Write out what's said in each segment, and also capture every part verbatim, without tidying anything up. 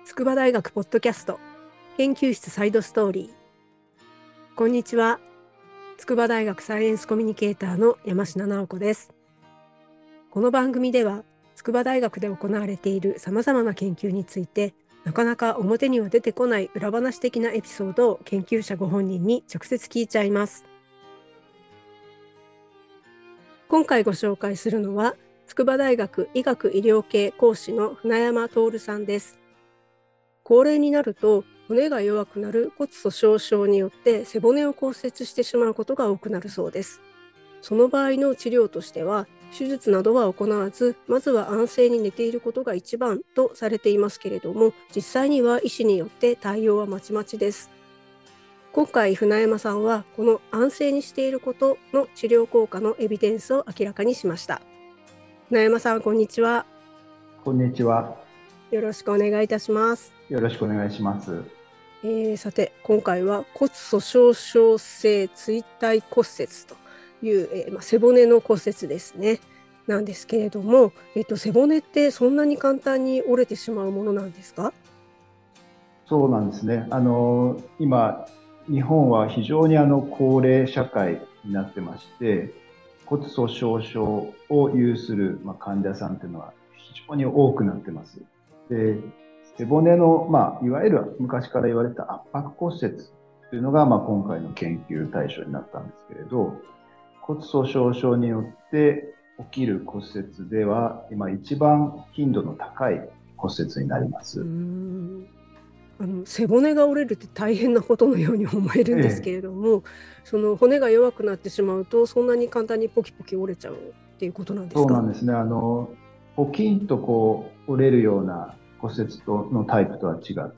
筑波大学ポッドキャスト研究室サイドストーリー。こんにちは。筑波大学サイエンスコミュニケーターの山科直子です。この番組では筑波大学で行われているさまざまな研究について、なかなか表には出てこない裏話的なエピソードを研究者ご本人に直接聞いちゃいます。今回ご紹介するのは筑波大学医学医療系講師の船山徹さんです。高齢になると骨が弱くなる骨粗しょう症によって背骨を骨折してしまうことが多くなるそうです。その場合の治療としては手術などは行わず、まずは安静に寝ていることが一番とされていますけれども、実際には医師によって対応はまちまちです。今回船山さんはこの安静にしていることの治療効果のエビデンスを明らかにしました。船山さん、こんにちは。 こんにちは。 よろしくお願いいたします。 よろしくお願いします。 えー、さて今回は骨粗しょう症性椎体骨折という、えーまあ、背骨の骨折ですねなんですけれども、えーと、背骨ってそんなに簡単に折れてしまうものなんですか？ そうなんですね。あの今日本は非常にあの高齢社会になってまして、骨粗しょう症を有する、まあ、患者さんというのは非常に多くなってます。で、背骨の、まあ、いわゆる昔から言われた圧迫骨折というのが、まあ、今回の研究対象になったんですけれど、骨粗しょう症によって起きる骨折では今一番頻度の高い骨折になります。 うーんあの背骨が折れるって大変なことのように思えるんですけれども、ええ、その骨が弱くなってしまうとそんなに簡単にポキポキ折れちゃうっていうことなんですそうなか？ んですね。あのポキンとこう折れるような骨折とのタイプとは違って、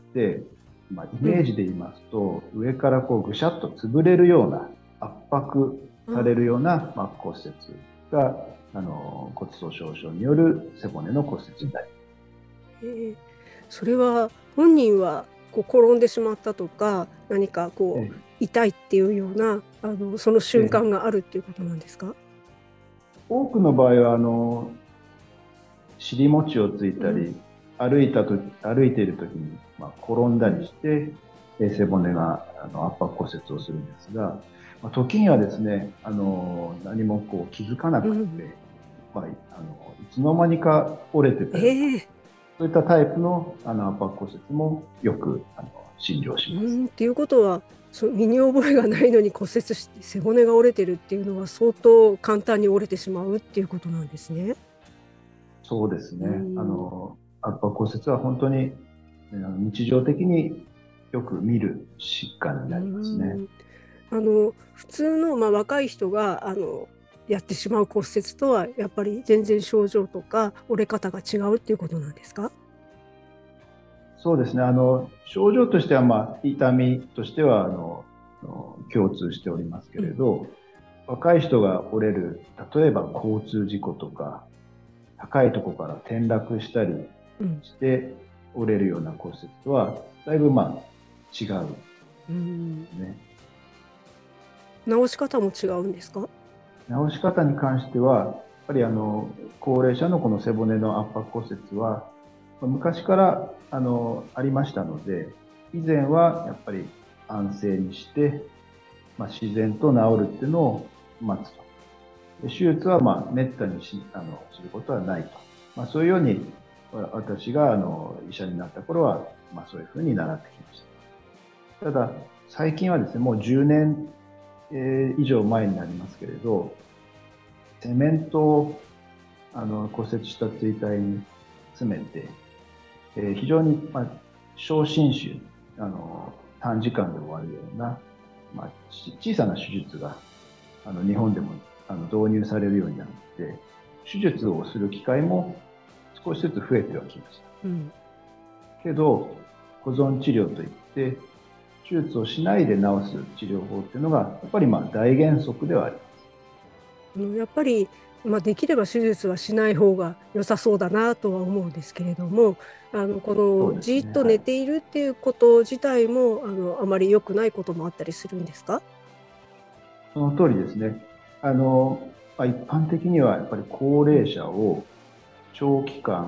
まあ、イメージで言いますと、うん、上からこうぐしゃっと潰れるような圧迫されるような、まあ、骨折があの骨粗しょう症による背骨の骨折になります。 えー、それは本人はこう転んでしまったとか何かこう痛いっていうようなあのその瞬間があるっていうことなんですか？ 多くの場合はあの尻餅をついたり、うん、歩いたと歩いている時に、まあ、転んだりして、うん、背骨があの圧迫骨折をするんですが、まあ、時にはですねあの何もこう気づかなくて、うん、まあ、あのいつの間にか折れてたり、えー、そういったタイプのあの圧迫骨折もよくあの診療します。 うんっていうことはそ身に覚えがないのに骨折して背骨が折れてるっていうのは相当簡単に折れてしまうっていうことなんですね。 そうですね。あの圧迫骨折は本当に日常的によく見る疾患になりますね。 あの普通の、まあ、若い人があのやってしまう骨折とはやっぱり全然症状とか折れ方が違うっていうことなんですか？ そうですね。あの症状としては、まあ、痛みとしてはあの共通しておりますけれど、うん、若い人が折れる、例えば交通事故とか高いところから転落したりして折れるような骨折とはだいぶまあ違う、ね。うん、 治し方も違うんですか？ 治し方に関してはやっぱりあの高齢者のこの背骨の圧迫骨折は昔からあのありましたので、以前はやっぱり安静にして、まあ、自然と治るっていうのを待つと。で手術はまあめったにしあのすることはないと。まあ、そういうように私があの医者になった頃は、まあ、そういうふうに習ってきました。ただ最近はですね、もうじゅうねん以上前になりますけれど、セメントをあの骨折した椎体に詰めて、えー、非常に、まあ、小侵襲あの短時間で終わるような、まあ、小さな手術があの日本でもあの導入されるようになって、手術をする機会も少しずつ増えてはきました。うん、けど保存治療といって手術をしないで治す治療法っていうのがやっぱりまあ大原則ではあります。 やっぱり、まあ、できれば手術はしない方が良さそうだなとは思うんですけれども、あのこのじっと寝ているっていうこと自体も、はい、あのあまり良くないこともあったりするんですか？ その通りですね。あの、まあ、一般的にはやっぱり高齢者を長期間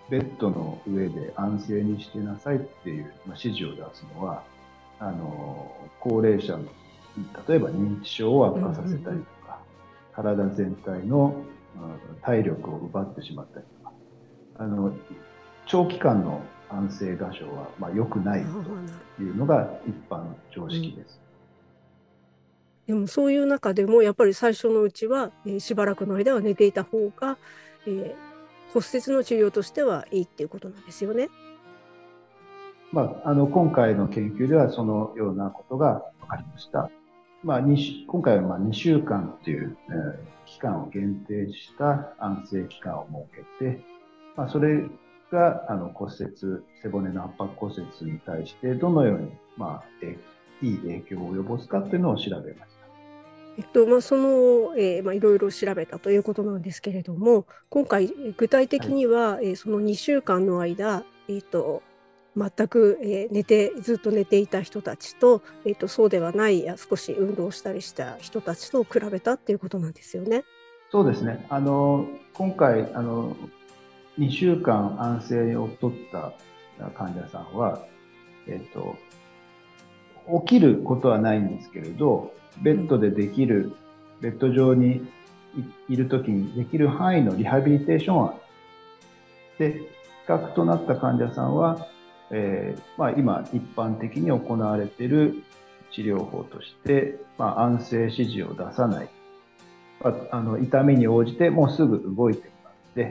ベッドの上で安静にしてなさいっていう、まあ、指示を出すのは、あの高齢者の例えば認知症を悪化させたりとか、体全体の、うん、体力を奪ってしまったりとか、あの長期間の安静画唱は、まあ、良くないというのが一般常識です。 うん、でもそういう中でもやっぱり最初のうちは、えー、しばらくの間は寝ていた方が、えー、骨折の治療としてはいいっていうことなんですよね。 まあ、あの今回の研究ではそのようなことが分かりました。まあ、今回はまあにしゅうかんという、えー、期間を限定した安静期間を設けて、まあ、それがあの骨折、背骨の圧迫骨折に対してどのように、まあ、えいい影響を及ぼすかというのを調べました。 えっとまあ、その、えーまあ、いろいろ調べたということなんですけれども、今回具体的には、はい、えー、そのにしゅうかんの間、えーと、全く、えー、寝てずっと寝ていた人たちと、えーと、そうではないや少し運動したりした人たちと比べたっていうことなんですよね。 そうですね。あの今回あのにしゅうかん安静を取った患者さんは、えっと、起きることはないんですけれど、ベッドでできる、うん、ベッド上にいるときにできる範囲のリハビリテーションはで、比較となった患者さんは、えーまあ、今一般的に行われている治療法として、まあ、安静指示を出さない、まあ、あの痛みに応じてもうすぐ動いてもらって、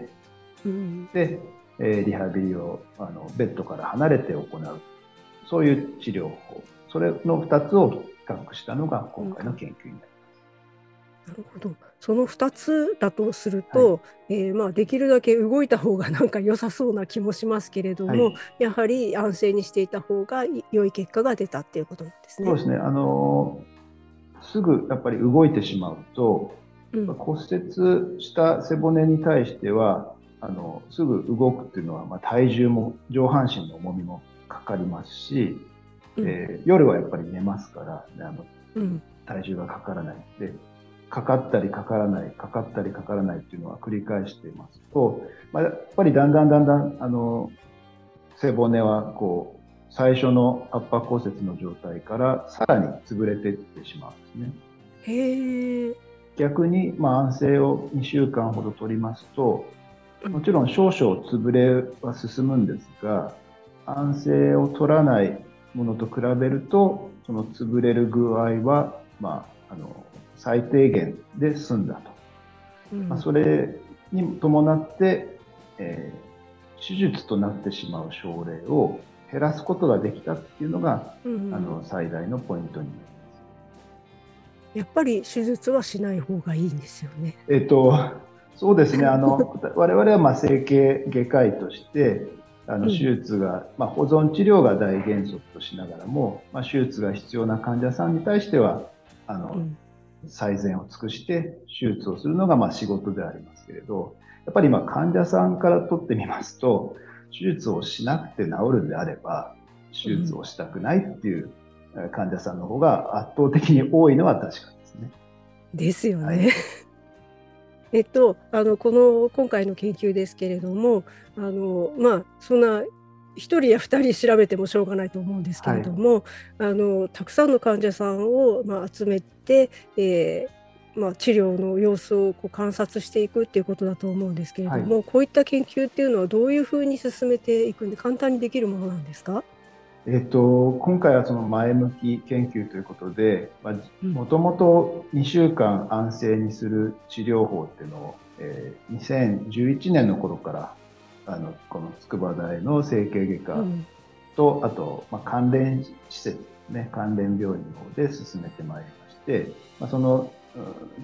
うん、で、えー、リハビリをあのベッドから離れて行う、そういう治療法、それのふたつを比較したのが今回の研究になります。 なるほど。そのふたつだとすると、はい、えーまあ、できるだけ動いた方がなんか良さそうな気もしますけれども、はい、やはり安静にしていた方が良い結果が出たっていうことなんですね。 そうですね。あのすぐやっぱり動いてしまうと、うん、骨折した背骨に対してはあのすぐ動くっていうのは、まあ、体重も上半身の重みもかかりますし、うん、えー、夜はやっぱり寝ますから、ね、あのうん、体重がかからないで、かかったりかからない、かかったりかからないっていうのは繰り返していますと、まあ、やっぱりだんだんだんだんあの背骨はこう最初の圧迫骨折の状態からさらに潰れていってしまうんですね。 へー。 逆に、まあ、安静をにしゅうかんほど取りますと、もちろん少々潰れは進むんですが、安静を取らないものと比べると、その潰れる具合は、まあ、あの最低限で済んだと。うん、まあ、それに伴って、えー、手術となってしまう症例を減らすことができたっていうのが、うん、あの最大のポイントになります。 やっぱり手術はしない方がいいんですよね。 えっと、そうですね。あの我々はまあ整形外科医としてあの手術が、うん、まあ、保存治療が大原則としながらも、まあ、手術が必要な患者さんに対してはあの、うん、最善を尽くして手術をするのがまあ仕事でありますけれど、やっぱり今患者さんからとってみますと、手術をしなくて治るんであれば手術をしたくないっていう患者さんの方が圧倒的に多いのは確かですね。 ですよね。はい、えっと、あのこの今回の研究ですけれども、あのまあそんなひとりやふたり調べてもしょうがないと思うんですけれども、はい、あのたくさんの患者さんを、まあ、集めて、えーまあ、治療の様子をこう観察していくっていうことだと思うんですけれども、はい、こういった研究っていうのはどういうふうに進めていくんで簡単にできるものなんですか？ えっと、今回はその前向き研究ということで、もともとにしゅうかん安静にする治療法っていうのを、えー、にせんじゅういちねんの頃からあのこの筑波大の整形外科と、うん、あと、まあ、関連施設ですね、関連病院の方で進めてまいりまして、まあ、その、うん、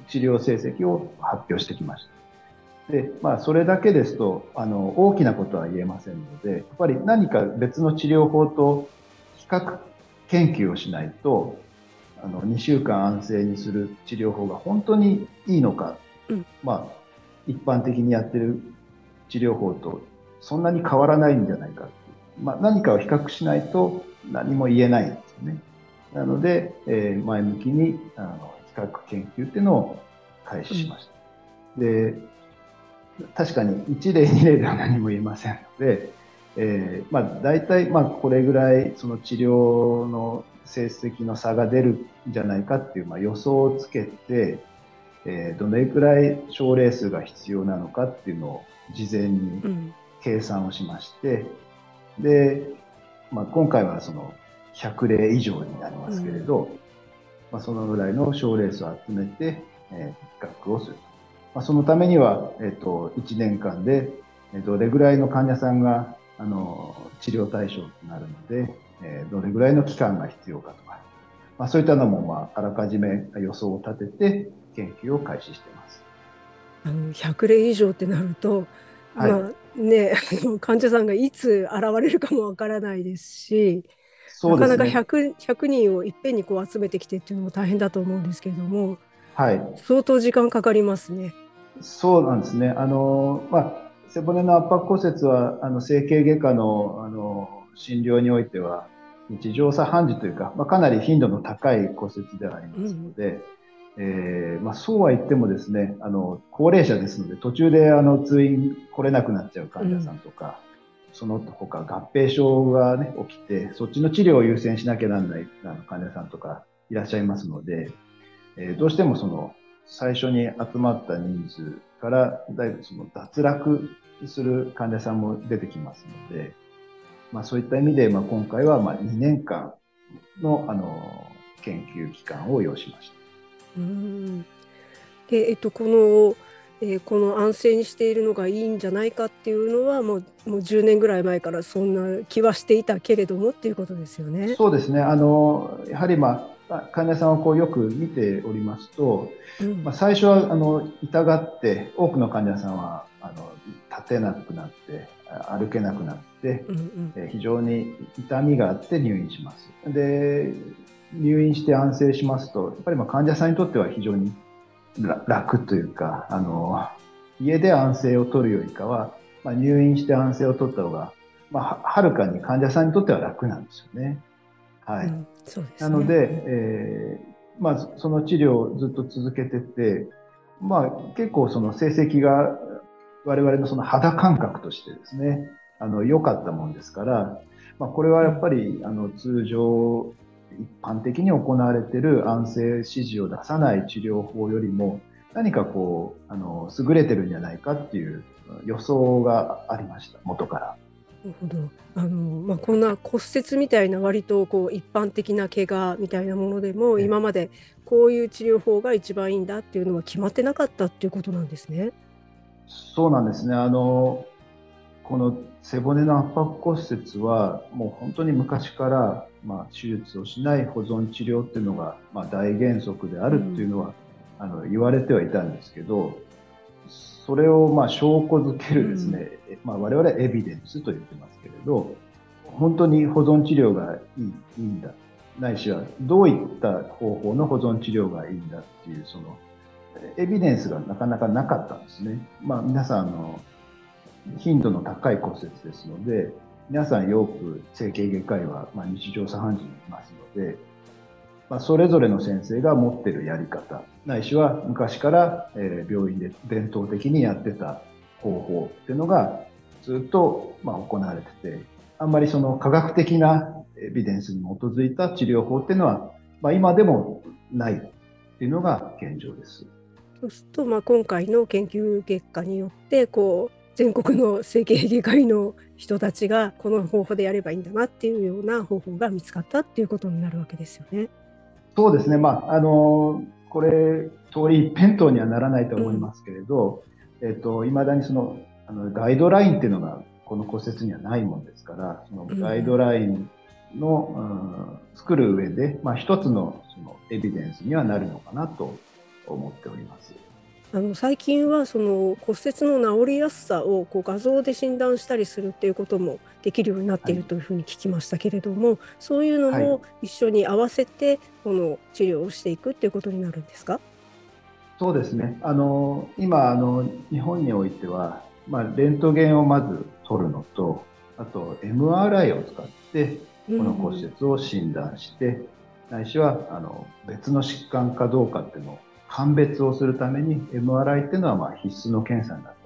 治療成績を発表してきました。でまあ、それだけですとあの大きなことは言えませんので、やっぱり何か別の治療法と比較研究をしないと、あのにしゅうかん安静にする治療法が本当にいいのか、うん、まあ、一般的にやってる治療法とそんなに変わらないんじゃないかっていう、まあ、何かを比較しないと何も言えないんですよね。なので、えー、前向きにあの比較研究っていうのを開始しました。うん、で確かにいち例に例では何も言えませんので、えーまあ、大体まあこれぐらいその治療の成績の差が出るんじゃないかっていうまあ予想をつけて、えー、どれくらい症例数が必要なのかっていうのを事前に計算をしまして、うん、で、まあ、今回はそのひゃく例以上になりますけれど、うん、まあ、そのぐらいの症例数を集めて、えー、比較をすると。まあ、そのためには、えっと、いちねんかんでどれぐらいの患者さんがあの治療対象となるので、えー、どれぐらいの期間が必要かとか、まあ、そういったのも、まあ、あらかじめ予想を立てて研究を開始しています。 あのひゃく例以上ってなると、はい、まあね、患者さんがいつ現れるかもわからないですし、そうですね、なかなか ひゃく, ひゃくにんをいっぺんにこう集めてきてっていうのも大変だと思うんですけれども、はい、相当時間かかりますね。 そうなんですね。あの、まあ、背骨の圧迫骨折はあの整形外科の、あの診療においては日常茶飯事というか、まあ、かなり頻度の高い骨折ではありますので、うんえーまあ、そうは言ってもですね、あの高齢者ですので途中であの通院来れなくなっちゃう患者さんとか、うん、その他合併症が、ね、起きてそっちの治療を優先しなきゃならない患者さんとかいらっしゃいますので、えー、どうしてもその最初に集まった人数からだいぶその脱落する患者さんも出てきますので、まあ、そういった意味で、まあ、今回はまあにねんかんの、あの研究期間を要しました。 うんで、えっと、この、えー、この安静にしているのがいいんじゃないかっていうのはもう、もうじゅうねんぐらい前からそんな気はしていたけれどもっていうことですよね。 そうですね。あのやはり、まあ、患者さんをこうよく見ておりますと、うんまあ、最初はあの痛がって多くの患者さんはあの立てなくなって歩けなくなって、うんうんえー、非常に痛みがあって入院します。で入院して安静しますとやっぱりまあ患者さんにとっては非常に楽というか、あの家で安静を取るよりかは、まあ、入院して安静を取った方が、まあ、はるかに患者さんにとっては楽なんですよね。はい。うんそうですね、なので、えーまあ、その治療をずっと続けてて、まあ、結構その成績が我々のその肌感覚としてですね、あの良かったもんですから、まあ、これはやっぱり、うん、あの通常一般的に行われている安静指示を出さない治療法よりも何かこうあの優れてるんじゃないかっていう予想がありました、元から。 なるほど。あの、まあ、こんな骨折みたいな割とこう一般的な怪我みたいなものでも今までこういう治療法が一番いいんだっていうのは決まってなかったっていうことなんですね。 そうなんですね。あのこの背骨の圧迫骨折はもう本当に昔から、まあ、手術をしない保存治療っていうのが、まあ、大原則であるっていうのは、うん、あの言われてはいたんですけど、それをまあ証拠づけるですね、うんまあ、我々はエビデンスと言ってますけれど、本当に保存治療がいい、いいんだ、ないしはどういった方法の保存治療がいいんだっていうそのエビデンスがなかなかなかったんですね。まあ、皆さんの頻度の高い骨折ですので、皆さんよく整形外科医はまあ日常茶飯事にいますので、まあ、それぞれの先生が持っているやり方ないしは昔から病院で伝統的にやってた方法っていうのがずっとまあ行われてて、あんまりその科学的なエビデンスに基づいた治療法っていうのは、まあ、今でもないっていうのが現状です。 そうすると、まあ、今回の研究結果によってこう全国の整形外科医の人たちがこの方法でやればいいんだなっていうような方法が見つかったっていうことになるわけですよね。 そうですね、まあ、あのこれ通り一辺倒にはならないと思いますけれど、うん、えっと、未だにそのあのガイドラインっていうのがこの骨折にはないもんですから、そのガイドラインの、うんうん、作る上で、まあ、一つのそのエビデンスにはなるのかなと思っております。 あの最近はその骨折の治りやすさをこう画像で診断したりするっていうこともできるようになっているというふうに聞きましたけれども、はい、そういうのも一緒に合わせてこの治療をしていくっていうことになるんですか？ そうですね。あの今あの日本においては、まあ、レントゲンをまず取るのと、あと エムアールアイ を使ってこの骨折を診断して、うん、ないしはあの別の疾患かどうかっていうのを判別をするために エムアールアイ っていうのはまあ必須の検査になっています。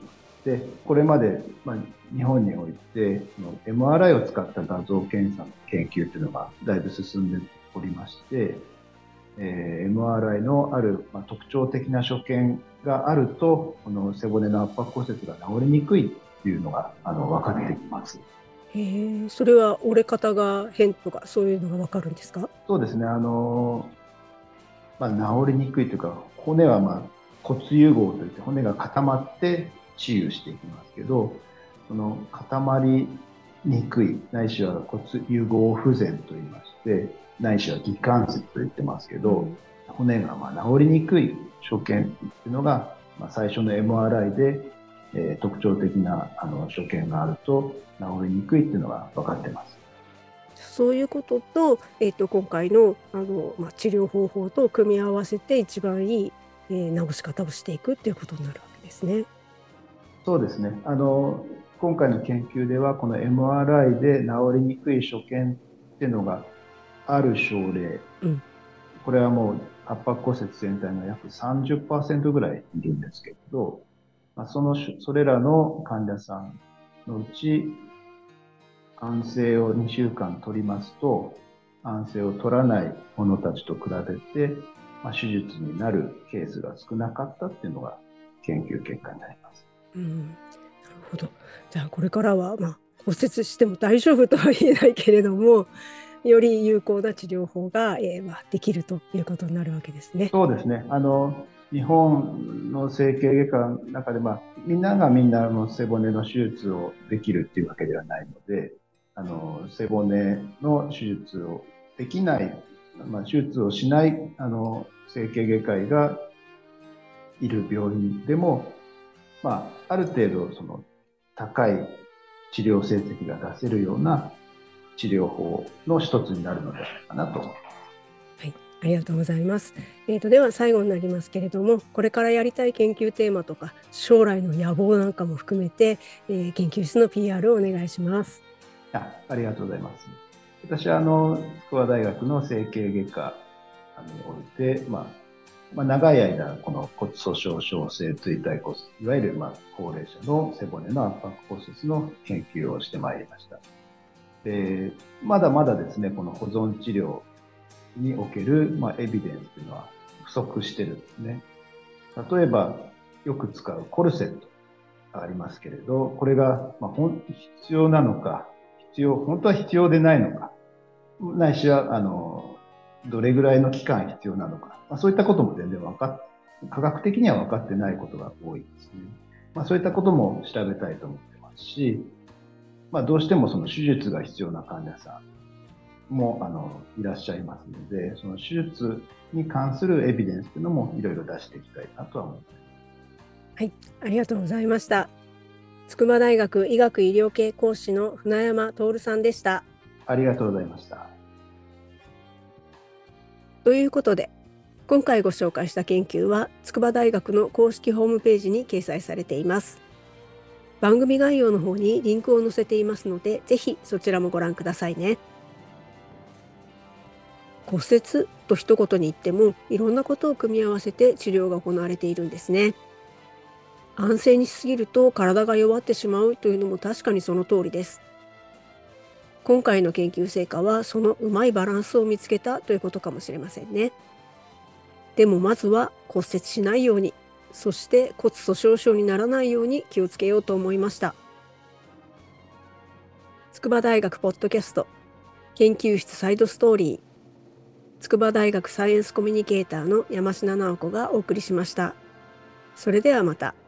で、これまで、まあ、日本において、エムアールアイ を使った画像検査の研究っていうのがだいぶ進んでおりまして、えー、エムアールアイ のある、まあ、特徴的な所見があると、この背骨の圧迫骨折が治りにくいっていうのがあの分かってきます。 へえ、それは折れ方が変とかそういうのが分かるんですか？ そうですね。あの、まあ、治りにくいというか、骨は、まあ、骨融合といって骨が固まって治癒していきますけど、その固まりにくい、ないしは骨融合不全といいまして、ないしは義関節と言ってますけど、うん、骨がまあ治りにくい所見っていうのが、まあ、最初の エムアールアイ で、えー、特徴的なあの所見があると治りにくいっていうのが分かってます。 そういうことと、えー、と今回の、あの、まあ、治療方法と組み合わせて一番いい、えー、治し方をしていくっていうことになるわけですね。 そうですね。あの今回の研究ではこの エムアールアイ で治りにくい所見っていうのがある症例、うん、これはもう圧迫骨折全体の約 さんじゅっパーセント ぐらいいるんですけど、まあ、そのそれらの患者さんのうち安静をにしゅうかん取りますと、安静を取らないものたちと比べて、まあ、手術になるケースが少なかったっていうのが研究結果になります。 うん、なるほど。じゃあこれからは、まあ、骨折しても大丈夫とは言えないけれども、より有効な治療法が、えーまあ、できるということになるわけですね。 そうですね。あの日本の整形外科の中で、まあ、みんながみんなの背骨の手術をできるっていうわけではないので、あの背骨の手術をできない、まあ、手術をしないあの整形外科医がいる病院でも、まあ、ある程度その高い治療成績が出せるような治療法の一つになるのではないかなと思います。 はい、ありがとうございます。えーと、では最後になりますけれども、これからやりたい研究テーマとか将来の野望なんかも含めて、えー、研究室の ピーアール をお願いします。 あ、ありがとうございます。私はあの筑波大学の整形外科において、まあまあ、長い間この骨粗しょう症性椎体骨折、いわゆるまあ高齢者の背骨の圧迫骨折の研究をしてまいりました。でまだまだですね、この保存治療における、まあ、エビデンスというのは不足してるんですね。例えばよく使うコルセットがありますけれど、これが、まあ、必要なのか、必要本当は必要でないのか、ないしはあのどれぐらいの期間必要なのか、まあ、そういったことも全然分かっ科学的には分かってないことが多いですね。まあ、そういったことも調べたいと思ってますし、まあ、どうしてもその手術が必要な患者さんもあのいらっしゃいますので、その手術に関するエビデンスというのもいろいろ出していきたいなとは思います。 はい、ありがとうございました。筑波大学医学医療系講師の船山徹さんでした。 ありがとうございました。 ということで、今回ご紹介した研究は筑波大学の公式ホームページに掲載されています。番組概要の方にリンクを載せていますので、ぜひそちらもご覧くださいね。骨折と一言に言っても、いろんなことを組み合わせて治療が行われているんですね。安静にしすぎると体が弱ってしまうというのも確かにその通りです。今回の研究成果はそのうまいバランスを見つけたということかもしれませんね。でもまずは骨折しないように、そして骨粗しょう症にならないように気をつけようと思いました。筑波大学ポッドキャスト研究室サイドストーリー、筑波大学サイエンスコミュニケーターの山科直子がお送りしました。それではまた。